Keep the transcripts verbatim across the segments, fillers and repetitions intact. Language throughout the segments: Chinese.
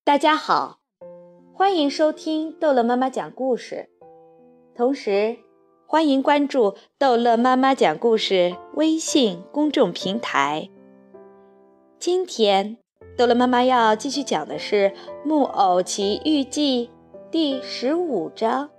大家好，欢迎收听逗乐妈妈讲故事，同时欢迎关注逗乐妈妈讲故事微信公众平台。今天逗乐妈妈要继续讲的是《木偶奇遇记》第十五章。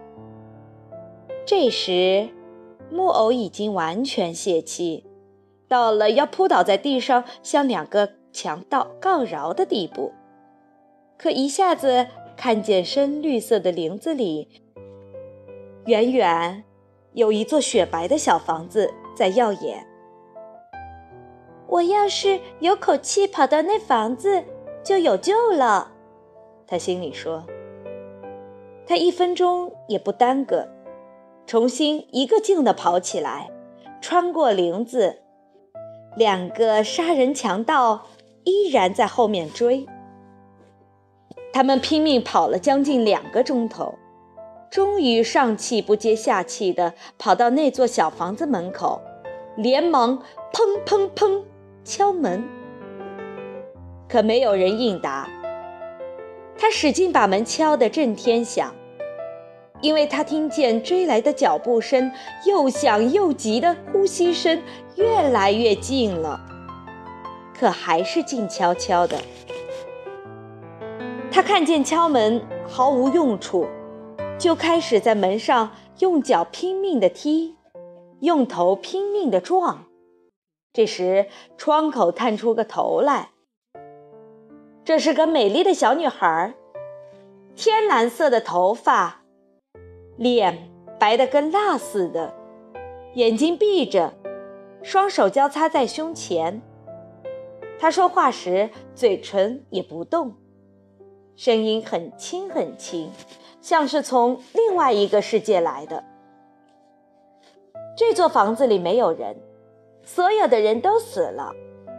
这时木偶已经完全泄气，到了要扑倒在地上向两个强盗告饶的地步。可一下子看见深绿色的林子里，远远有一座雪白的小房子在耀眼。我要是有口气跑到那房子，就有救了，他心里说。他一分钟也不耽搁，重新一个劲地跑起来，穿过林子，两个杀人强盗依然在后面追。他们拼命跑了将近两个钟头，终于上气不接下气地跑到那座小房子门口，连忙砰砰砰敲门。可没有人应答。他使劲把门敲得震天响，因为他听见追来的脚步声又响又急的呼吸声越来越近了，可还是静悄悄的。他看见敲门毫无用处，就开始在门上用脚拼命地踢，用头拼命地撞。这时窗口探出个头来，这是个美丽的小女孩，天蓝色的头发，脸白得跟蜡似的，眼睛闭着，双手交叉在胸前。她说话时嘴唇也不动，声音很轻很轻，像是从另外一个世界来的。这座房子里没有人，所有的人都死了。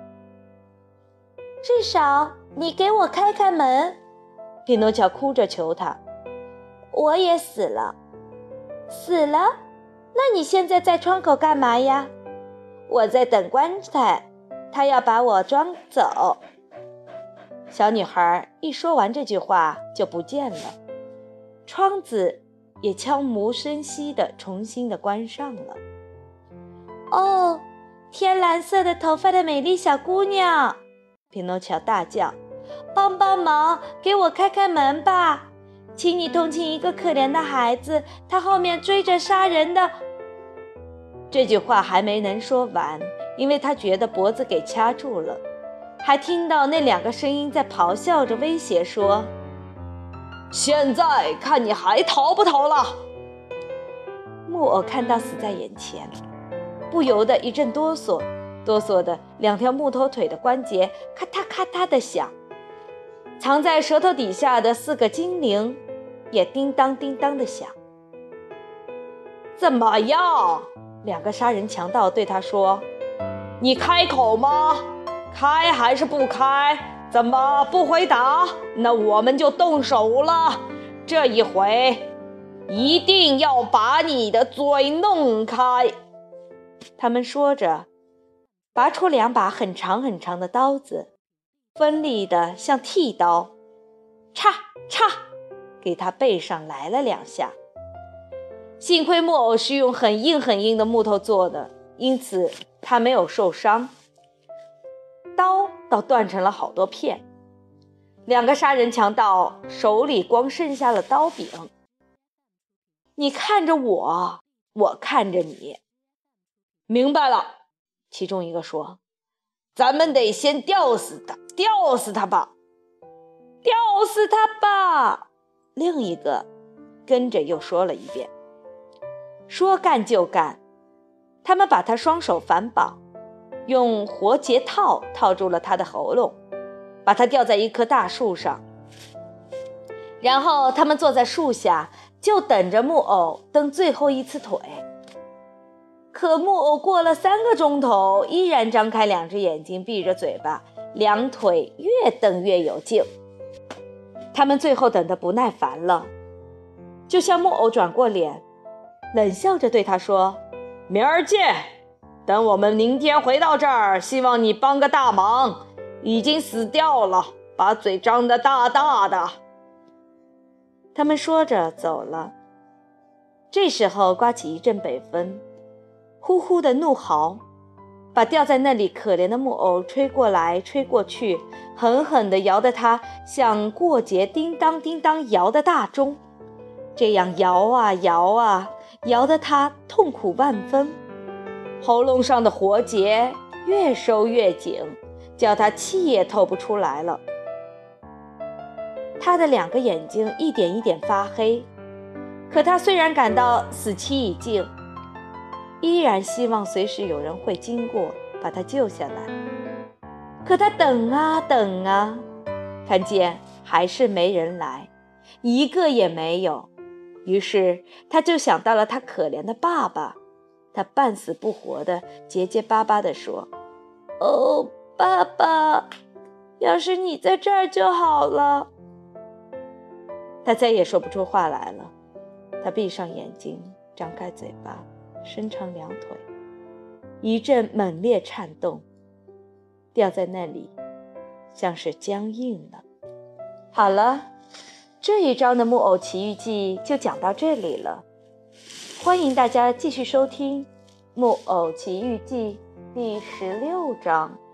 至少你给我开开门，匹诺乔哭着求他。我也死了。死了？那你现在在窗口干嘛呀？我在等棺材，他要把我装走。小女孩一说完这句话就不见了，窗子也悄无声息地重新地关上了。哦，天蓝色的头发的美丽小姑娘，匹诺乔大叫，帮帮忙，给我开开门吧，请你同情一个可怜的孩子，他后面追着杀人的。这句话还没能说完，因为他觉得脖子给掐住了，还听到那两个声音在咆哮着威胁说，现在看你还逃不逃了。木偶看到死在眼前，不由得一阵哆嗦，哆嗦的两条木头腿的关节咔嗒咔嗒地响，藏在舌头底下的四个精灵也叮当叮当地响。怎么样？两个杀人强盗对他说，你开口吗？开还是不开？怎么不回答？那我们就动手了，这一回一定要把你的嘴弄开。他们说着拔出两把很长很长的刀子，锋利的像剃刀，嚓嚓给他背上来了两下。幸亏木偶是用很硬很硬的木头做的，因此他没有受伤，刀倒断成了好多片。两个杀人强盗手里光剩下了刀柄。你看着我，我看着你。明白了，其中一个说，咱们得先吊死他，吊死他吧，吊死他吧。另一个跟着又说了一遍。说干就干，他们把他双手反绑，用活结套套住了他的喉咙，把他吊在一棵大树上，然后他们坐在树下，就等着木偶蹬最后一次腿。可木偶过了三个钟头，依然张开两只眼睛，闭着嘴巴，两腿越蹬越有劲。他们最后等得不耐烦了，就向木偶转过脸，冷笑着对他说，明儿见，等我们明天回到这儿，希望你帮个大忙，已经死掉了， 把嘴张得大大的。他们说着走了。这时候刮起一阵北风，呼呼的怒嚎，把吊在那里可怜的木偶吹过来吹过去，狠狠地摇得它像过节叮当叮当摇的大钟。这样摇啊摇啊，摇得他痛苦万分，喉咙上的活结越收越紧，叫他气也透不出来了。他的两个眼睛一点一点发黑，可他虽然感到死期已近，依然希望随时有人会经过把他救下来。可他等啊等啊，看见还是没人来，一个也没有。于是他就想到了他可怜的爸爸，他半死不活地结结巴巴地说：哦，爸爸，要是你在这儿就好了。他再也说不出话来了，他闭上眼睛，张开嘴巴，伸长两腿，一阵猛烈颤动，掉在那里像是僵硬了。好了，这一章的木偶奇遇记就讲到这里了，欢迎大家继续收听木偶奇遇记第十六章。